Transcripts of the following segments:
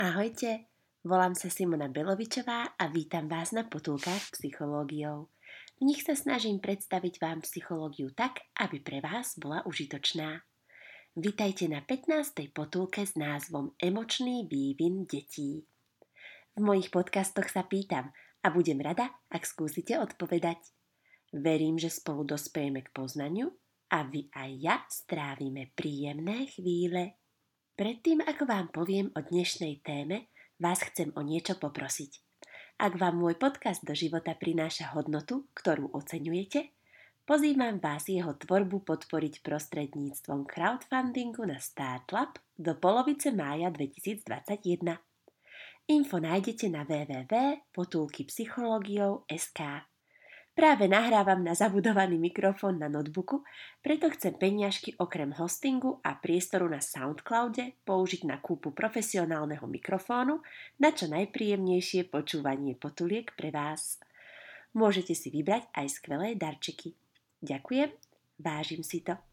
Ahojte, volám sa Simona Belovičová a vítam vás na potulkách psychológiou. V nich sa snažím predstaviť vám psychológiu tak, aby pre vás bola užitočná. Vitajte na 15. potulke s názvom Emočný vývin detí. V mojich podcastoch sa pýtam a budem rada, ak skúsite odpovedať. Verím, že spolu dospejeme k poznaniu a vy aj ja strávime príjemné chvíle. Predtým, ako vám poviem o dnešnej téme, vás chcem o niečo poprosiť. Ak vám môj podcast do života prináša hodnotu, ktorú oceňujete, pozývam vás jeho tvorbu podporiť prostredníctvom crowdfundingu na Startlab do polovice mája 2021. Info nájdete na www.potulkypsychologiou.sk. Práve nahrávam na zabudovaný mikrofón na notebooku, preto chcem peniažky okrem hostingu a priestoru na Soundcloude použiť na kúpu profesionálneho mikrofónu na čo najpríjemnejšie počúvanie potuliek pre vás. Môžete si vybrať aj skvelé darčeky. Ďakujem, vážim si to.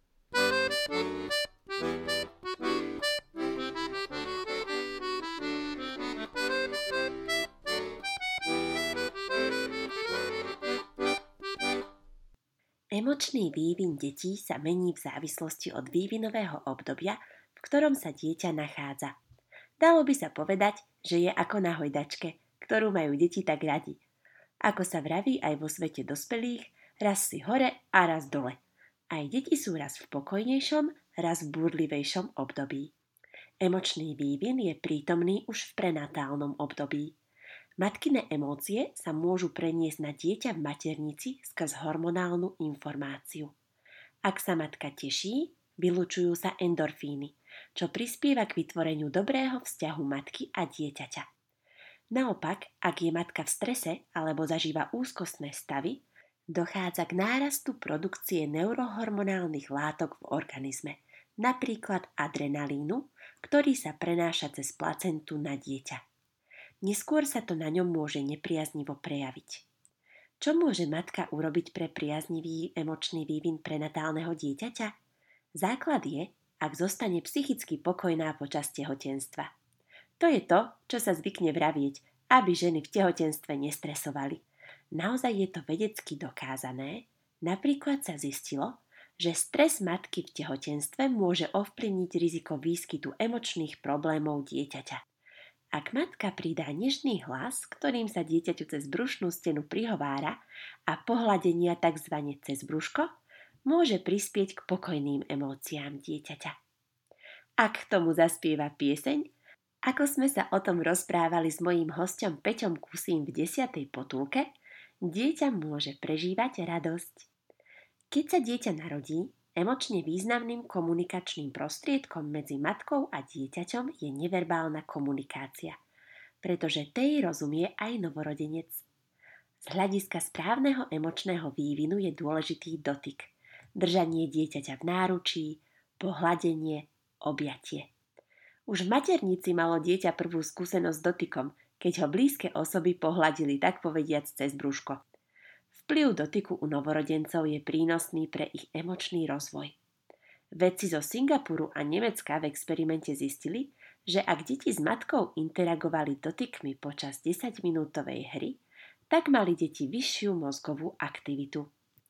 Emočný vývin detí sa mení v závislosti od vývinového obdobia, v ktorom sa dieťa nachádza. Dalo by sa povedať, že je ako na hojdačke, ktorú majú deti tak radi. Ako sa vraví aj vo svete dospelých, raz si hore a raz dole. Aj deti sú raz v pokojnejšom, raz v búrlivejšom období. Emočný vývin je prítomný už v prenatálnom období. Matkine emócie sa môžu preniesť na dieťa v maternici skrz hormonálnu informáciu. Ak sa matka teší, vylučujú sa endorfíny, čo prispieva k vytvoreniu dobrého vzťahu matky a dieťaťa. Naopak, ak je matka v strese alebo zažíva úzkostné stavy, dochádza k nárastu produkcie neurohormonálnych látok v organizme, napríklad adrenalínu, ktorý sa prenáša cez placentu na dieťa. Neskôr sa to na ňom môže nepriaznivo prejaviť. Čo môže matka urobiť pre priaznivý emočný vývin prenatálneho dieťaťa? Základ je, ak zostane psychicky pokojná počas tehotenstva. To je to, čo sa zvykne vravieť, aby ženy v tehotenstve nestresovali. Naozaj je to vedecky dokázané, napríklad sa zistilo, že stres matky v tehotenstve môže ovplyvniť riziko výskytu emočných problémov dieťaťa. Ak matka pridá nežný hlas, ktorým sa dieťaťu cez brušnú stenu prihovára a pohľadenia tzv. Cez brúško, môže prispieť k pokojným emóciám dieťaťa. Ak k tomu zaspieva pieseň, ako sme sa o tom rozprávali s mojím hosťom Peťom Kusím v 10. potulke, dieťa môže prežívať radosť. Keď sa dieťa narodí, emočne významným komunikačným prostriedkom medzi matkou a dieťaťom je neverbálna komunikácia, pretože tej rozumie aj novorodenec. Z hľadiska správneho emočného vývinu je dôležitý dotyk, držanie dieťaťa v náručí, pohľadenie, objatie. Už v maternici malo dieťa prvú skúsenosť s dotykom, keď ho blízke osoby pohľadili tak povediac cez brúško. Vplyv dotyku u novorodencov je prínosný pre ich emočný rozvoj. Vedci zo Singapuru a Nemecka v experimente zistili, že ak deti s matkou interagovali dotykmi počas 10-minútovej hry, tak mali deti vyššiu mozgovú aktivitu.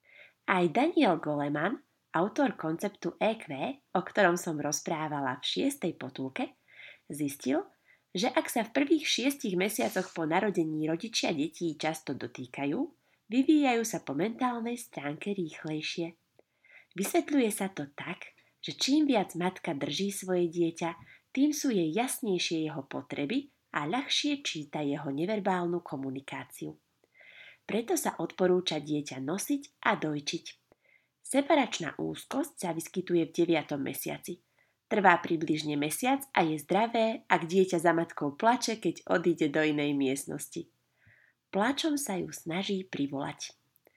Aj Daniel Goleman, autor konceptu EQ, o ktorom som rozprávala v 6. potulke, zistil, že ak sa v prvých 6 mesiacoch po narodení rodičia detí často dotýkajú, vyvíjajú sa po mentálnej stránke rýchlejšie. Vysvetľuje sa to tak, že čím viac matka drží svoje dieťa, tým sú jej jasnejšie jeho potreby a ľahšie číta jeho neverbálnu komunikáciu. Preto sa odporúča dieťa nosiť a dojčiť. Separačná úzkosť sa vyskytuje v 9. mesiaci. Trvá približne mesiac a je zdravé, ak dieťa za matkou plače, keď odíde do inej miestnosti. Plačom sa ju snaží privolať.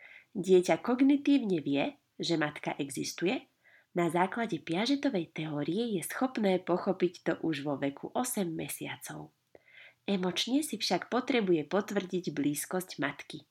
Dieťa kognitívne vie, že matka existuje, na základe Piagetovej teórie je schopné pochopiť to už vo veku 8 mesiacov. Emočne si však potrebuje potvrdiť blízkosť matky.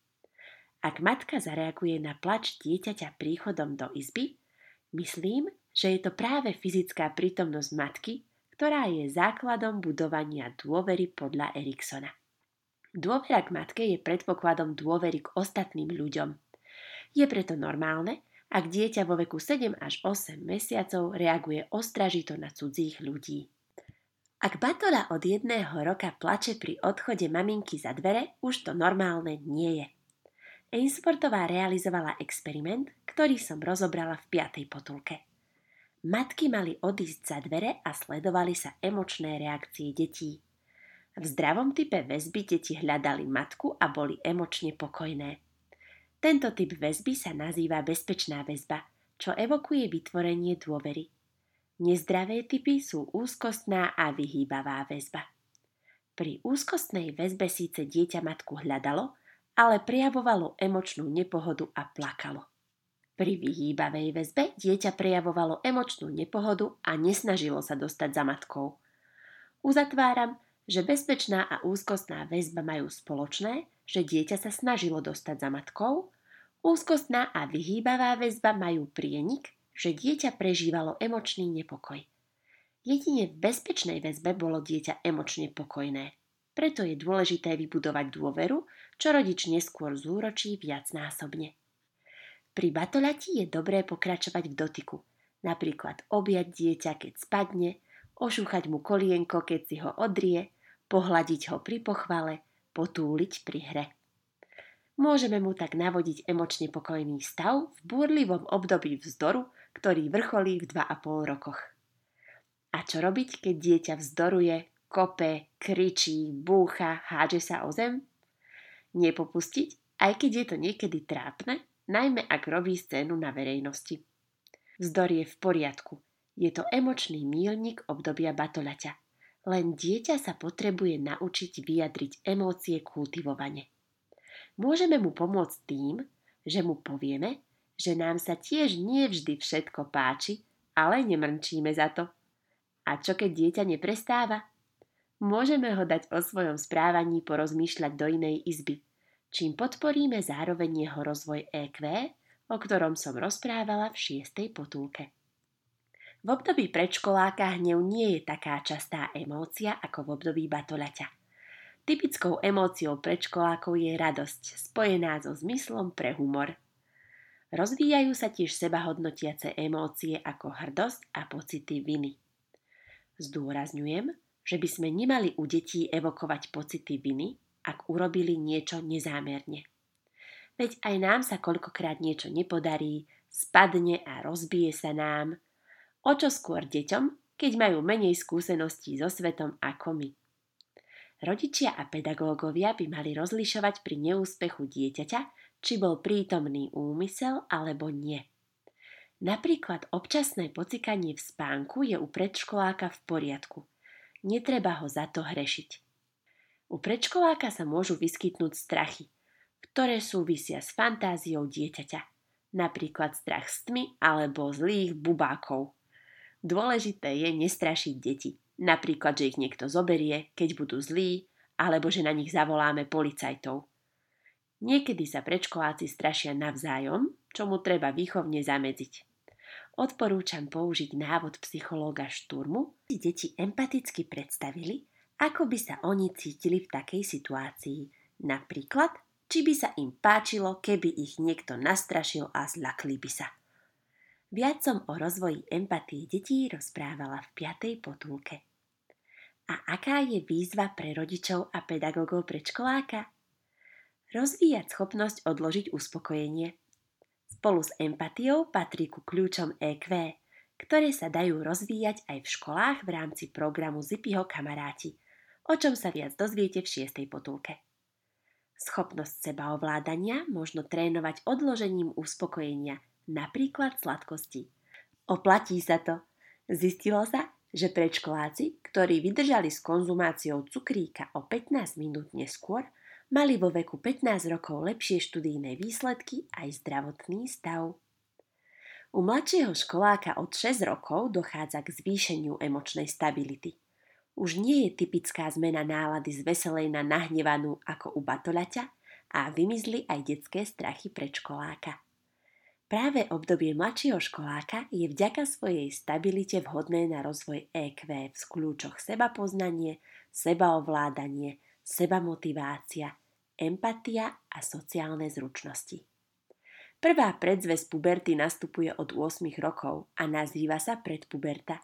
Ak matka zareaguje na plač dieťaťa príchodom do izby, myslím, že je to práve fyzická prítomnosť matky, ktorá je základom budovania dôvery podľa Eriksona. Dôvera k matke je predpokladom dôvery k ostatným ľuďom. Je preto normálne, ak dieťa vo veku 7 až 8 mesiacov reaguje ostražito na cudzích ľudí. Ak batoľa od 1 roka plače pri odchode maminky za dvere, už to normálne nie je. Ainsworthová realizovala experiment, ktorý som rozobrala v 5. potulke. Matky mali odísť za dvere a sledovali sa emočné reakcie detí. V zdravom type väzby deti hľadali matku a boli emočne pokojné. Tento typ väzby sa nazýva bezpečná väzba, čo evokuje vytvorenie dôvery. Nezdravé typy sú úzkostná a vyhýbavá väzba. Pri úzkostnej väzbe síce dieťa matku hľadalo, ale prejavovalo emočnú nepohodu a plakalo. Pri vyhýbavej väzbe dieťa prejavovalo emočnú nepohodu a nesnažilo sa dostať za matkou. Uzatváram, že bezpečná a úzkostná väzba majú spoločné, že dieťa sa snažilo dostať za matkou, úzkostná a vyhýbavá väzba majú prienik, že dieťa prežívalo emočný nepokoj. Jedine v bezpečnej väzbe bolo dieťa emočne pokojné. Preto je dôležité vybudovať dôveru, čo rodič neskôr zúročí viacnásobne. Pri batoľati je dobré pokračovať v dotyku. Napríklad objať dieťa, keď spadne, ošúchať mu kolienko, keď si ho odrie, pohľadiť ho pri pochvale, potúliť pri hre. Môžeme mu tak navodiť emočne pokojný stav v búrlivom období vzdoru, ktorý vrcholí v 2,5 rokoch. A čo robiť, keď dieťa vzdoruje, kope, kričí, búcha, hádže sa o zem? Nepopustiť, aj keď je to niekedy trápne, najmä ak robí scénu na verejnosti. Vzdor je v poriadku. Je to emočný míľnik obdobia batoľaťa. Len dieťa sa potrebuje naučiť vyjadriť emócie kultivovane. Môžeme mu pomôcť tým, že mu povieme, že nám sa tiež nie vždy všetko páči, ale nemrnčíme za to. A čo keď dieťa neprestáva? Môžeme ho dať o svojom správaní porozmýšľať do inej izby, čím podporíme zároveň jeho rozvoj EQ, o ktorom som rozprávala v 6. potulke. V období predškoláka hnev nie je taká častá emócia ako v období batoľaťa. Typickou emóciou predškolákov je radosť, spojená so zmyslom pre humor. Rozvíjajú sa tiež sebahodnotiace emócie ako hrdosť a pocity viny. Zdôrazňujem, že by sme nemali u detí evokovať pocity viny, ak urobili niečo nezámerne. Veď aj nám sa koľkokrát niečo nepodarí, spadne a rozbije sa nám. O čo skôr deťom, keď majú menej skúseností so svetom ako my. Rodičia a pedagógovia by mali rozlišovať pri neúspechu dieťaťa, či bol prítomný úmysel alebo nie. Napríklad občasné pocikanie v spánku je u predškoláka v poriadku. Netreba ho za to hrešiť. U predškoláka sa môžu vyskytnúť strachy, ktoré súvisia s fantáziou dieťaťa. Napríklad strach z tmy alebo zlých bubákov. Dôležité je nestrašiť deti. Napríklad, že ich niekto zoberie, keď budú zlí, alebo že na nich zavoláme policajtov. Niekedy sa predškoláci strašia navzájom, čomu treba výchovne zamedziť. Odporúčam použiť návod psychológa Šturmu, aby deti empaticky predstavili, ako by sa oni cítili v takej situácii. Napríklad, či by sa im páčilo, keby ich niekto nastrašil a zľakli by sa. Viac som o rozvoji empatie detí rozprávala v 5. potulke. A aká je výzva pre rodičov a pedagógov predškoláka? Rozvíjať schopnosť odložiť uspokojenie. Spolu s empatiou patrí ku kľúčom EQ, ktoré sa dajú rozvíjať aj v školách v rámci programu Zippyho kamaráti, o čom sa viac dozviete v 6. potulke. Schopnosť sebaovládania možno trénovať odložením uspokojenia, napríklad sladkosti. Oplatí sa to. Zistilo sa, že predškoláci, ktorí vydržali s konzumáciou cukríka o 15 minút neskôr, mali vo veku 15 rokov lepšie študijné výsledky aj zdravotný stav. U mladšieho školáka od 6 rokov dochádza k zvýšeniu emočnej stability. Už nie je typická zmena nálady z veselej na nahnevanú ako u batoľaťa a vymizli aj detské strachy predškoláka. Práve obdobie mladšieho školáka je vďaka svojej stabilite vhodné na rozvoj EQ v kľúčoch sebapoznanie, sebaovládanie, sebamotivácia, empatia a sociálne zručnosti. Prvá predzvesť puberty nastupuje od 8 rokov a nazýva sa predpuberta.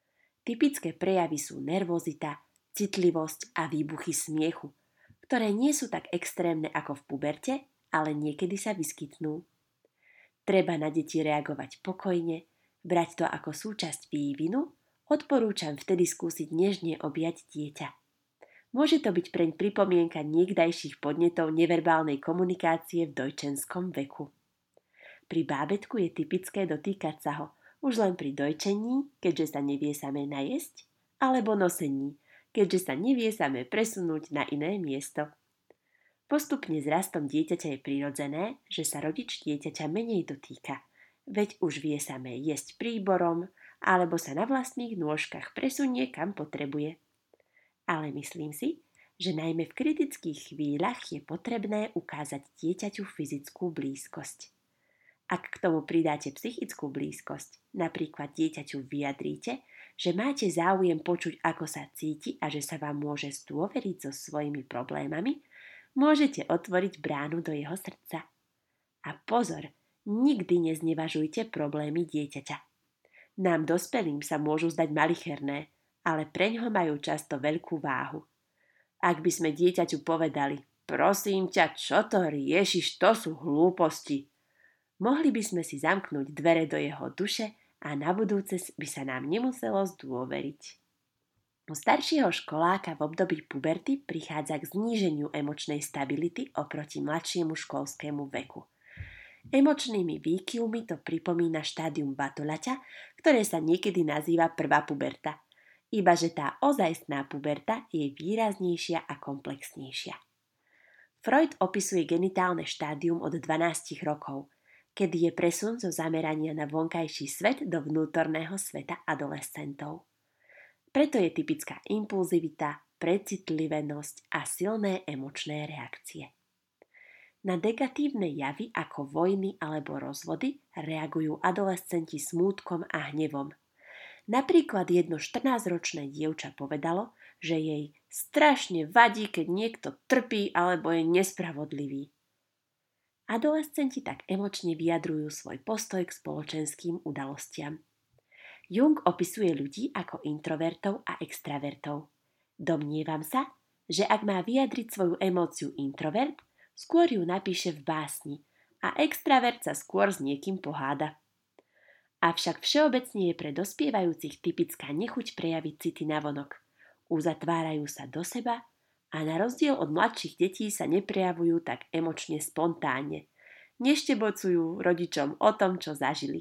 Typické prejavy sú nervozita, citlivosť a výbuchy smiechu, ktoré nie sú tak extrémne ako v puberte, ale niekedy sa vyskytnú. Treba na deti reagovať pokojne, brať to ako súčasť vývinu, odporúčam vtedy skúsiť nežne objať dieťa. Môže to byť preň pripomienka niekdajších podnetov neverbálnej komunikácie v dojčenskom veku. Pri bábätku je typické dotýkať sa ho, už len pri dojčení, keďže sa nevie samé najesť, alebo nosení, keďže sa nevie samé presunúť na iné miesto. Postupne s rastom dieťaťa je prirodzené, že sa rodič dieťaťa menej dotýka, veď už vie samé jesť príborom alebo sa na vlastných nôžkach presunie kam potrebuje. Ale myslím si, že najmä v kritických chvíľach je potrebné ukázať dieťaťu fyzickú blízkosť. Ak k tomu pridáte psychickú blízkosť, napríklad dieťaťu vyjadríte, že máte záujem počuť, ako sa cíti a že sa vám môže zdôveriť so svojimi problémami, môžete otvoriť bránu do jeho srdca. A pozor, nikdy neznevažujte problémy dieťaťa. Nám dospelým sa môžu zdať malicherné, ale preňho majú často veľkú váhu. Ak by sme dieťaťu povedali, prosím ťa, čo to riešiš, to sú hlúposti, mohli by sme si zamknúť dvere do jeho duše a na budúce by sa nám nemuselo zdôveriť. U staršieho školáka v období puberty prichádza k zníženiu emočnej stability oproti mladšiemu školskému veku. Emočnými výkyvmi to pripomína štádium batoľaťa, ktoré sa niekedy nazýva prvá puberta, ibaže tá ozajstná puberta je výraznejšia a komplexnejšia. Freud opisuje genitálne štádium od 12 rokov, kedy je presun zo zamerania na vonkajší svet do vnútorného sveta adolescentov. Preto je typická impulzivita, precitlivenosť a silné emočné reakcie. Na negatívne javy ako vojny alebo rozvody reagujú adolescenti smútkom a hnevom. Napríklad jedno 14-ročné dievča povedalo, že jej strašne vadí, keď niekto trpí alebo je nespravodlivý. Adolescenti tak emočne vyjadrujú svoj postoj k spoločenským udalostiam. Jung opisuje ľudí ako introvertov a extravertov. Domnievam sa, že ak má vyjadriť svoju emóciu introvert, skôr ju napíše v básni a extravert sa skôr s niekým poháda. Avšak všeobecne je pre dospievajúcich typická nechuť prejaviť city navonok. Uzatvárajú sa do seba a na rozdiel od mladších detí sa neprejavujú tak emočne spontánne. Neštebocujú rodičom o tom, čo zažili.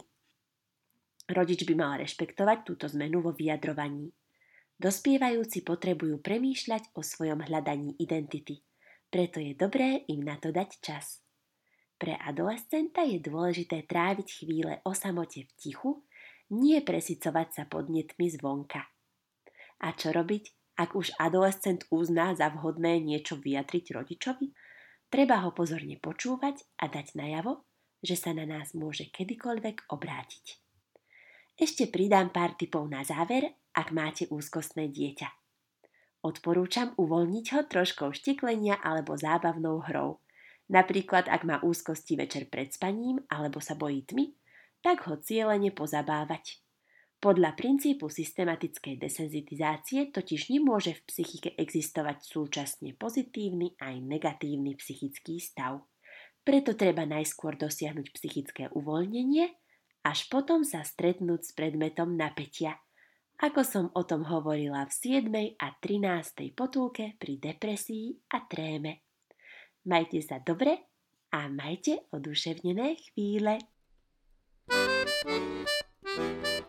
Rodič by mal rešpektovať túto zmenu vo vyjadrovaní. Dospievajúci potrebujú premýšľať o svojom hľadaní identity, preto je dobré im na to dať čas. Pre adolescenta je dôležité tráviť chvíle o samote v tichu, nie presycovať sa podnetmi zvonka. A čo robiť, ak už adolescent uzná za vhodné niečo vyjadriť rodičovi? Treba ho pozorne počúvať a dať najavo, že sa na nás môže kedykoľvek obrátiť. Ešte pridám pár tipov na záver, ak máte úzkostné dieťa. Odporúčam uvoľniť ho troškou štiklenia alebo zábavnou hrou. Napríklad, ak má úzkosti večer pred spaním alebo sa bojí tmy, tak ho cielene pozabávať. Podľa princípu systematickej desenzitizácie totiž nemôže v psychike existovať súčasne pozitívny aj negatívny psychický stav. Preto treba najskôr dosiahnuť psychické uvoľnenie, až potom sa stretnúť s predmetom napätia, ako som o tom hovorila v 7. a 13. potulke pri depresii a tréme. Majte sa dobre a majte oduševnené chvíle.